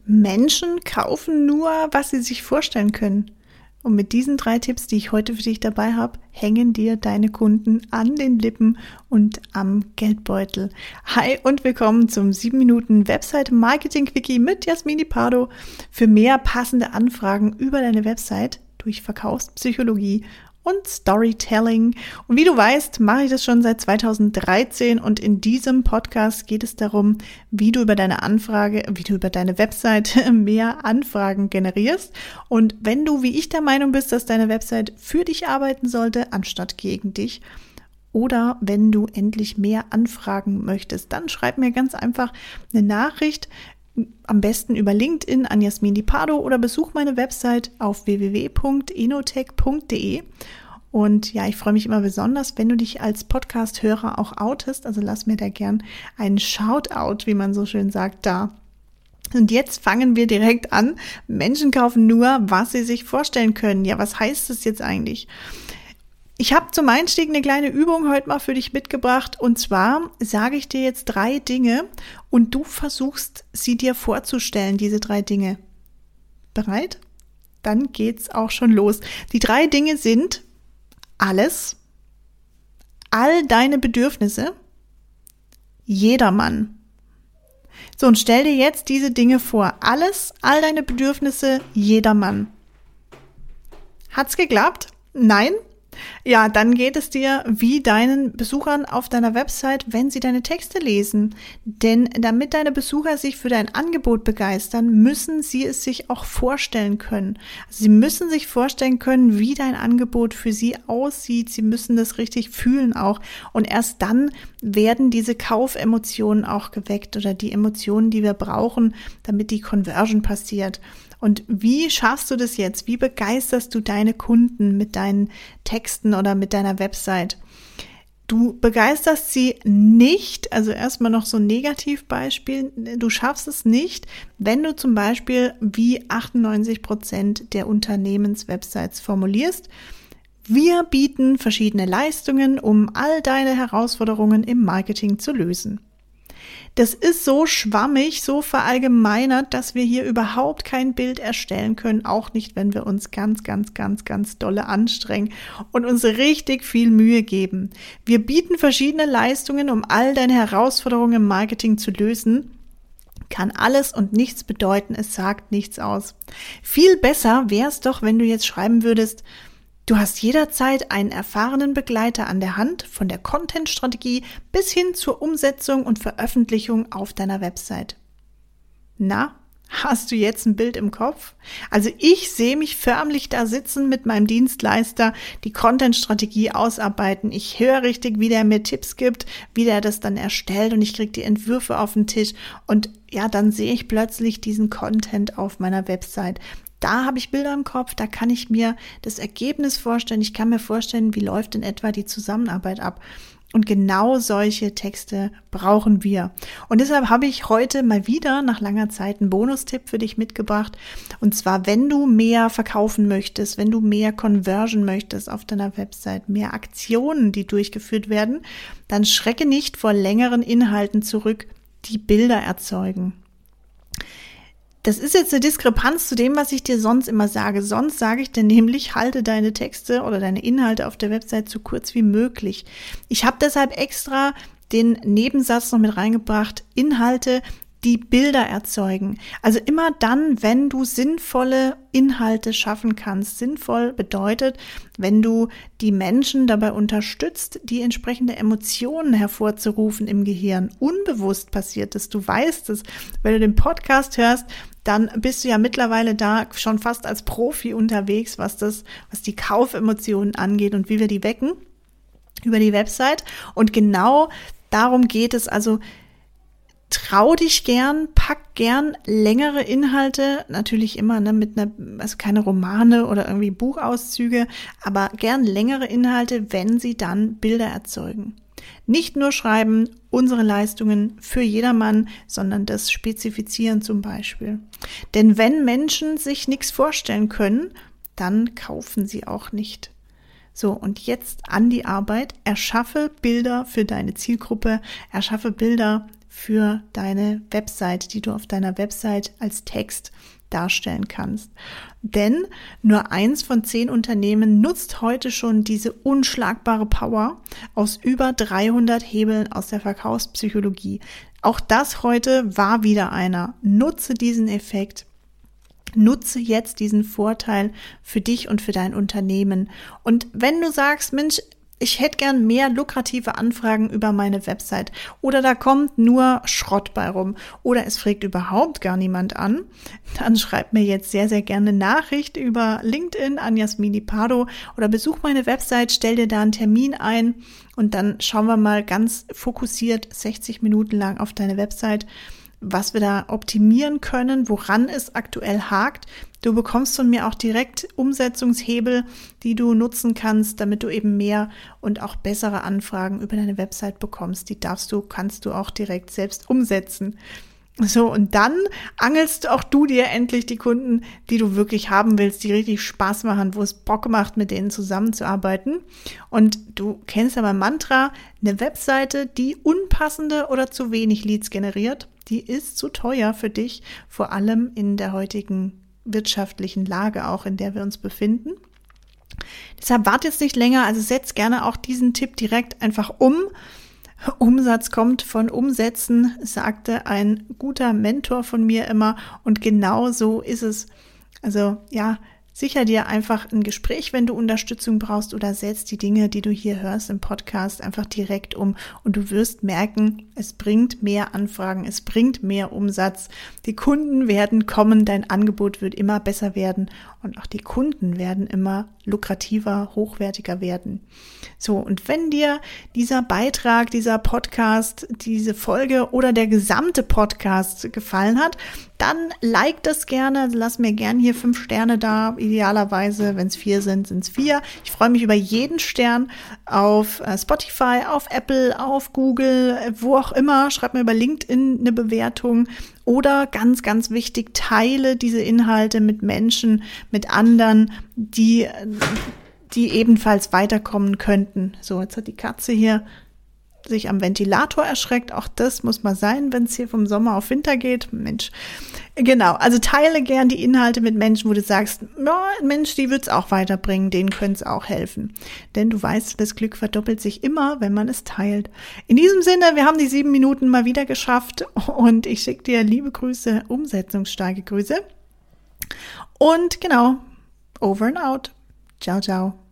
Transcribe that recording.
Menschen kaufen nur, was sie sich vorstellen können. Und mit diesen 3 Tipps, die ich heute für dich dabei habe, hängen dir deine Kunden an den Lippen und am Geldbeutel. Hi und willkommen zum 7 Minuten Website Marketing Quickie mit Jasmin Pardo für mehr passende Anfragen über deine Website durch Verkaufspsychologie und Storytelling. Und wie du weißt, mache ich das schon seit 2013 und in diesem Podcast geht es darum, wie du über deine Website mehr Anfragen generierst. Und wenn du, wie ich, der Meinung bist, dass deine Website für dich arbeiten sollte, anstatt gegen dich, oder wenn du endlich mehr anfragen möchtest, dann schreib mir ganz einfach eine Nachricht, am besten über LinkedIn an Jasmin Pardo oder besuch meine Website auf www.enotech.de. Und ja, ich freue mich immer besonders, wenn du dich als Podcast-Hörer auch outest. Also lass mir da gern einen Shoutout, wie man so schön sagt, da. Und jetzt fangen wir direkt an. Menschen kaufen nur, was sie sich vorstellen können. Ja, was heißt das jetzt eigentlich? Ich habe zum Einstieg eine kleine Übung heute mal für dich mitgebracht, und zwar sage ich dir jetzt 3 Dinge und du versuchst, sie dir vorzustellen, diese 3 Dinge. Bereit? Dann geht's auch schon los. Die 3 Dinge sind alles, all deine Bedürfnisse, jedermann. So, und stell dir jetzt diese Dinge vor. Alles, all deine Bedürfnisse, jedermann. Hat's geklappt? Nein? Ja, dann geht es dir wie deinen Besuchern auf deiner Website, wenn sie deine Texte lesen. Denn damit deine Besucher sich für dein Angebot begeistern, müssen sie es sich auch vorstellen können. Also sie müssen sich vorstellen können, wie dein Angebot für sie aussieht. Sie müssen das richtig fühlen auch. Und erst dann werden diese Kaufemotionen auch geweckt oder die Emotionen, die wir brauchen, damit die Conversion passiert. Und wie schaffst du das jetzt? Wie begeisterst du deine Kunden mit deinen Texten oder mit deiner Website? Du begeisterst sie nicht, also erstmal noch so ein Negativbeispiel, du schaffst es nicht, wenn du zum Beispiel wie 98% der Unternehmenswebsites formulierst: Wir bieten verschiedene Leistungen, um all deine Herausforderungen im Marketing zu lösen. Das ist so schwammig, so verallgemeinert, dass wir hier überhaupt kein Bild erstellen können, auch nicht, wenn wir uns ganz dolle anstrengen und uns richtig viel Mühe geben. Wir bieten verschiedene Leistungen, um all deine Herausforderungen im Marketing zu lösen. Kann alles und nichts bedeuten, es sagt nichts aus. Viel besser wäre es doch, wenn du jetzt schreiben würdest: Du hast jederzeit einen erfahrenen Begleiter an der Hand, von der Content-Strategie bis hin zur Umsetzung und Veröffentlichung auf deiner Website. Na, hast du jetzt ein Bild im Kopf? Also ich sehe mich förmlich da sitzen mit meinem Dienstleister, die Content-Strategie ausarbeiten. Ich höre richtig, wie der mir Tipps gibt, wie der das dann erstellt, und ich kriege die Entwürfe auf den Tisch und ja, dann sehe ich plötzlich diesen Content auf meiner Website. Da habe ich Bilder im Kopf, da kann ich mir das Ergebnis vorstellen. Ich kann mir vorstellen, wie läuft in etwa die Zusammenarbeit ab. Und genau solche Texte brauchen wir. Und deshalb habe ich heute mal wieder nach langer Zeit einen Bonustipp für dich mitgebracht. Und zwar, wenn du mehr verkaufen möchtest, wenn du mehr Conversion möchtest auf deiner Website, mehr Aktionen, die durchgeführt werden, dann schrecke nicht vor längeren Inhalten zurück, die Bilder erzeugen. Das ist jetzt eine Diskrepanz zu dem, was ich dir sonst immer sage. Sonst sage ich dir nämlich, halte deine Texte oder deine Inhalte auf der Website so kurz wie möglich. Ich habe deshalb extra den Nebensatz noch mit reingebracht: Inhalte, die Bilder erzeugen. Also immer dann, wenn du sinnvolle Inhalte schaffen kannst. Sinnvoll bedeutet, wenn du die Menschen dabei unterstützt, die entsprechende Emotionen hervorzurufen im Gehirn. Unbewusst passiert es, du weißt es. Wenn du den Podcast hörst, dann bist du ja mittlerweile da schon fast als Profi unterwegs, was die Kaufemotionen angeht und wie wir die wecken über die Website. Und genau darum geht es. Also trau dich gern, pack gern längere Inhalte, natürlich immer also keine Romane oder irgendwie Buchauszüge, aber gern längere Inhalte, wenn sie dann Bilder erzeugen. Nicht nur schreiben, unsere Leistungen für jedermann, sondern das spezifizieren zum Beispiel. Denn wenn Menschen sich nichts vorstellen können, dann kaufen sie auch nicht. So, und jetzt an die Arbeit. Erschaffe Bilder für deine Zielgruppe, erschaffe Bilder für deine Website, die du auf deiner Website als Text darstellen kannst. Denn nur 1 von 10 Unternehmen nutzt heute schon diese unschlagbare Power aus über 300 Hebeln aus der Verkaufspsychologie. Auch das heute war wieder einer. Nutze diesen Effekt. Nutze jetzt diesen Vorteil für dich und für dein Unternehmen. Und wenn du sagst, Mensch, ich hätte gern mehr lukrative Anfragen über meine Website oder da kommt nur Schrott bei rum oder es fragt überhaupt gar niemand an, dann schreib mir jetzt sehr, sehr gerne eine Nachricht über LinkedIn an Jasmini Pardo oder besuch meine Website, stell dir da einen Termin ein und dann schauen wir mal ganz fokussiert 60 Minuten lang auf deine Website, was wir da optimieren können, woran es aktuell hakt. Du bekommst von mir auch direkt Umsetzungshebel, die du nutzen kannst, damit du eben mehr und auch bessere Anfragen über deine Website bekommst. Die kannst du auch direkt selbst umsetzen. So, und dann angelst auch du dir endlich die Kunden, die du wirklich haben willst, die richtig Spaß machen, wo es Bock macht, mit denen zusammenzuarbeiten. Und du kennst ja mein Mantra, eine Webseite, die unpassende oder zu wenig Leads generiert, die ist zu teuer für dich, vor allem in der heutigen wirtschaftlichen Lage auch, in der wir uns befinden. Deshalb warte jetzt nicht länger, also setz gerne auch diesen Tipp direkt einfach um. Umsatz kommt von Umsetzen, sagte ein guter Mentor von mir immer und genau so ist es. Also ja, sicher dir einfach ein Gespräch, wenn du Unterstützung brauchst oder setz die Dinge, die du hier hörst im Podcast, einfach direkt um und du wirst merken, es bringt mehr Anfragen, es bringt mehr Umsatz. Die Kunden werden kommen, dein Angebot wird immer besser werden und auch die Kunden werden immer lukrativer, hochwertiger werden. So, und wenn dir dieser Beitrag, dieser Podcast, diese Folge oder der gesamte Podcast gefallen hat, dann like das gerne, also lass mir gern hier 5 Sterne da, idealerweise, wenn es 4 sind, sind es 4. Ich freue mich über jeden Stern auf Spotify, auf Apple, auf Google, wo auch immer. Schreib mir über LinkedIn eine Bewertung oder ganz, ganz wichtig, teile diese Inhalte mit Menschen, mit anderen, die ebenfalls weiterkommen könnten. So, jetzt hat die Katze hier sich am Ventilator erschreckt. Auch das muss mal sein, wenn es hier vom Sommer auf Winter geht. Mensch, genau. Also teile gern die Inhalte mit Menschen, wo du sagst, ja, Mensch, die wird's auch weiterbringen, denen könnte es auch helfen. Denn du weißt, das Glück verdoppelt sich immer, wenn man es teilt. In diesem Sinne, wir haben die 7 Minuten mal wieder geschafft und ich schicke dir liebe Grüße, umsetzungsstarke Grüße. Und genau, over and out. Ciao, ciao.